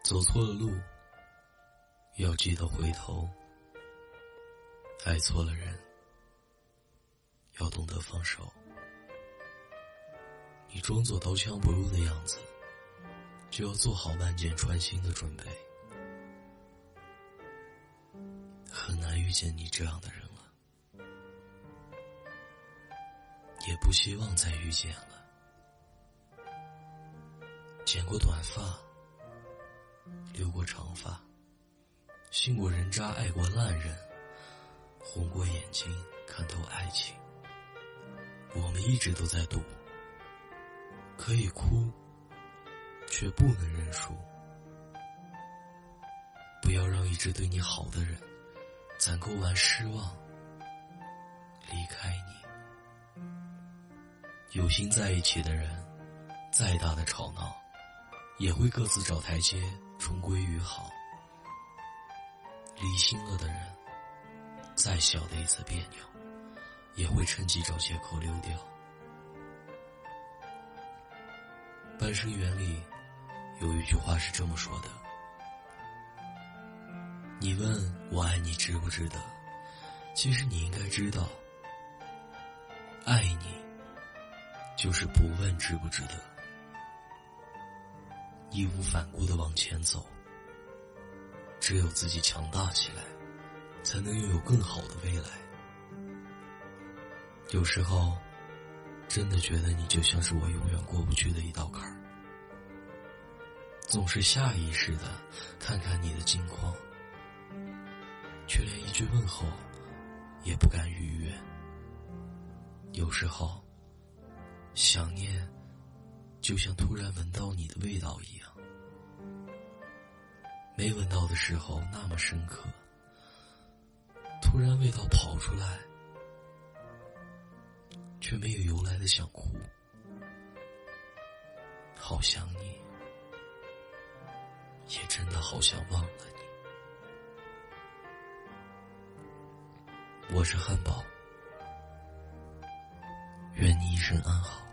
走错了路，要记得回头；爱错了人，要懂得放手。你装作刀枪不入的样子，就要做好万箭穿心的准备。很难遇见你这样的人了，也不希望再遇见了。剪过短发，留过长发，信过人渣，爱过烂人，红过眼睛，看透爱情。我们一直都在赌，可以哭，却不能认输。不要让一直对你好的人攒够完失望，离开你。有心在一起的人，再大的吵闹，也会各自找台阶，重归于好。离心了的人，再小的一次别扭，也会趁机找借口溜掉。半生缘里有一句话是这么说的：你问我爱你值不值得，其实你应该知道，爱你就是不问值不值得，义无反顾地往前走。只有自己强大起来，才能拥有更好的未来。有时候真的觉得你就像是我永远过不去的一道坎儿，总是下意识地看看你的近况，却连一句问候也不敢逾越。有时候想念就像突然闻到你的味道一样，没闻到的时候那么深刻，突然味道跑出来，却没有由来的想哭。好想你，也真的好想忘了你。我是汉堡，愿你一生安好。